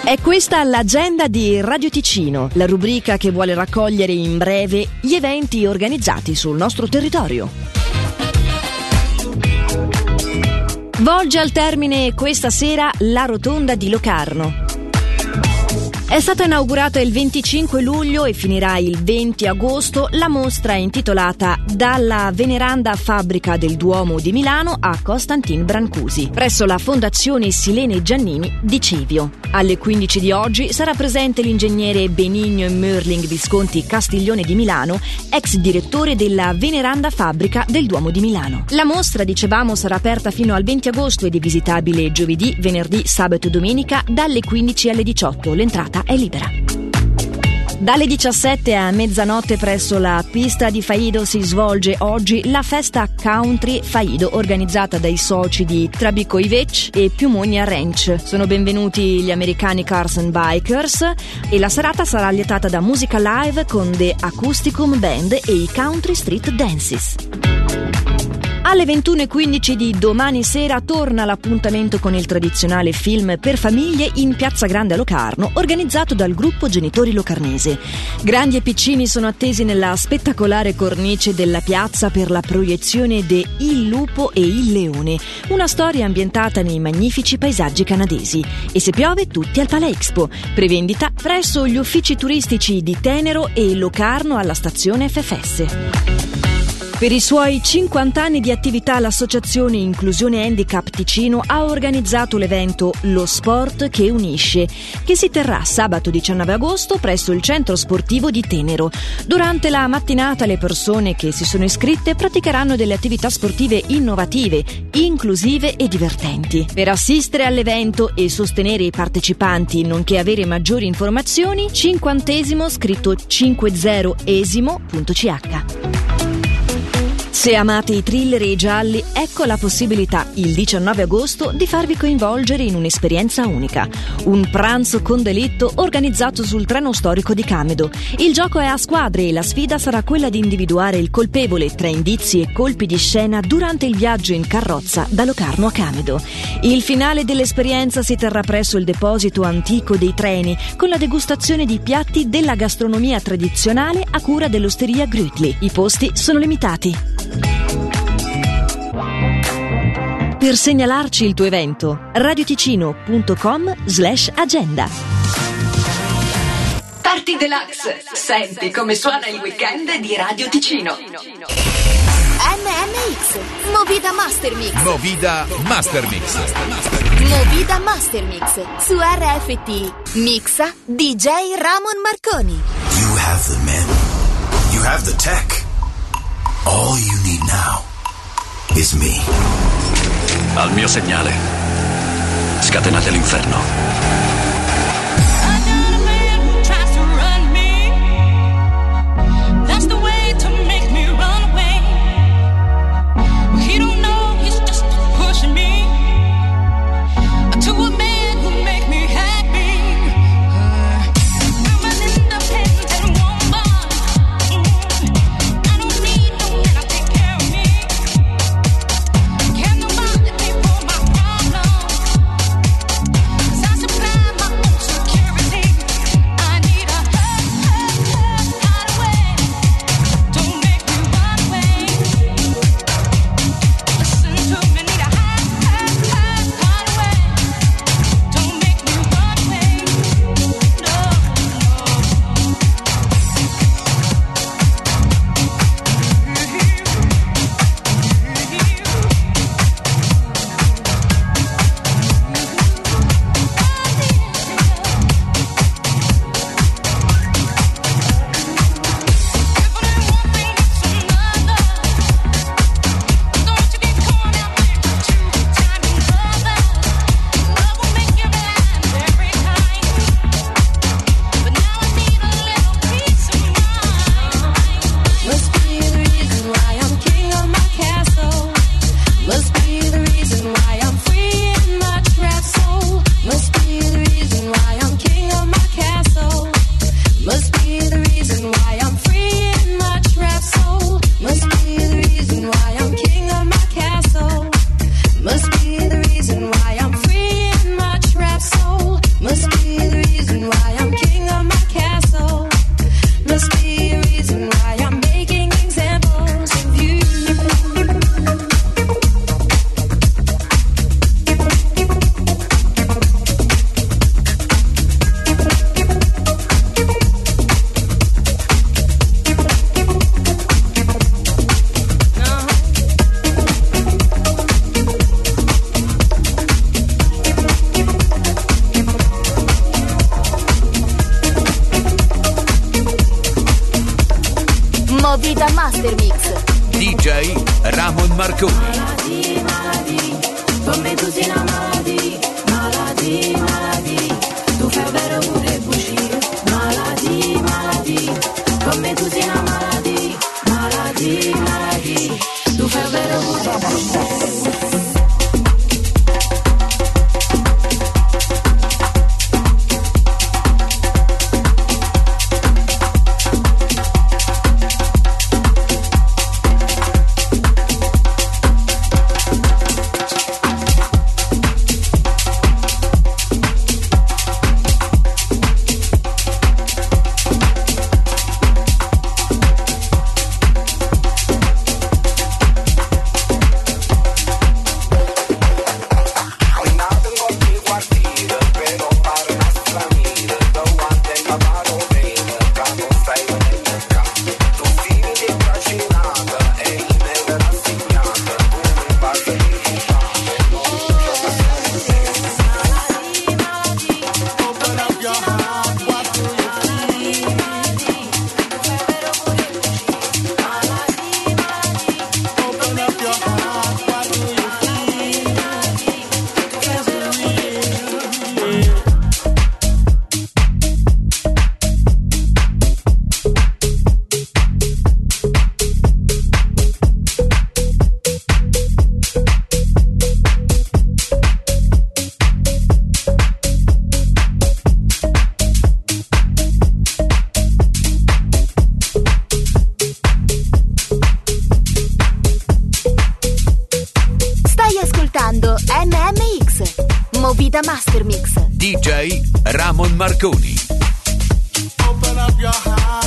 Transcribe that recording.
È questa l'agenda di Radio Ticino, la rubrica che vuole raccogliere in breve gli eventi organizzati sul nostro territorio. Volge al termine questa sera la Rotonda di Locarno. È stata inaugurata il 25 luglio e finirà il 20 agosto la mostra intitolata Dalla veneranda fabbrica del Duomo di Milano a Costantin Brancusi, presso la Fondazione Silene Giannini di Cevio. Alle 15 di oggi sarà presente l'ingegnere Benigno e Merling Visconti Castiglione di Milano, ex direttore della veneranda fabbrica del Duomo di Milano. La mostra, dicevamo, sarà aperta fino al 20 agosto ed è visitabile giovedì, venerdì, sabato e domenica dalle 15 alle 18. L'entrata è libera. Dalle 17 a mezzanotte presso la pista di Faido si svolge oggi la festa Country Faido organizzata dai soci di Trabico Ivec e Piumogna Ranch. Sono benvenuti gli americani Carson Bikers e la serata sarà allietata da musica live con The Acousticum Band e i Country Street Dances. Alle 21:15 di domani sera torna l'appuntamento con il tradizionale film per famiglie in Piazza Grande a Locarno, organizzato dal gruppo Genitori Locarnese. Grandi e piccini sono attesi nella spettacolare cornice della piazza per la proiezione de Il lupo e il leone, una storia ambientata nei magnifici paesaggi canadesi. E se piove, tutti al Palexpo. Prevendita presso gli uffici turistici di Tenero e Locarno alla stazione FFS. Per i suoi 50 anni di attività l'associazione Inclusione Handicap Ticino ha organizzato l'evento Lo Sport che Unisce, che si terrà sabato 19 agosto presso il centro sportivo di Tenero. Durante la mattinata le persone che si sono iscritte praticheranno delle attività sportive innovative, inclusive e divertenti. Per assistere all'evento e sostenere i partecipanti, nonché avere maggiori informazioni, 50esimo scritto 50esimo.ch. Se amate i thriller e i gialli, ecco la possibilità, il 19 agosto, di farvi coinvolgere in un'esperienza unica. Un pranzo con delitto organizzato sul treno storico di Camedo. Il gioco è a squadre e la sfida sarà quella di individuare il colpevole tra indizi e colpi di scena durante il viaggio in carrozza da Locarno a Camedo. Il finale dell'esperienza si terrà presso il deposito antico dei treni, con la degustazione di piatti della gastronomia tradizionale a cura dell'osteria Grütli. I posti sono limitati. Per segnalarci il tuo evento, radioticino.com/agenda. Party Deluxe. Senti come suona il weekend di Radio Ticino. MMX Movida Master Mix. Movida Master Mix. Movida Master Mix su RFT. Mixa DJ Ramon Marconi. You have the men. You have the tech. All you need now is me. Al mio segnale, scatenate l'inferno. Supply Marconi. Malati, malati, come tu sei una malati. Malati, malati, tu fai vero pure bugie. Malati, malati, come tu sei una malati. Malati, malati, tu fai vero pure bugie. NMX Movida Master Mix DJ Ramon Marconi. Open up your heart.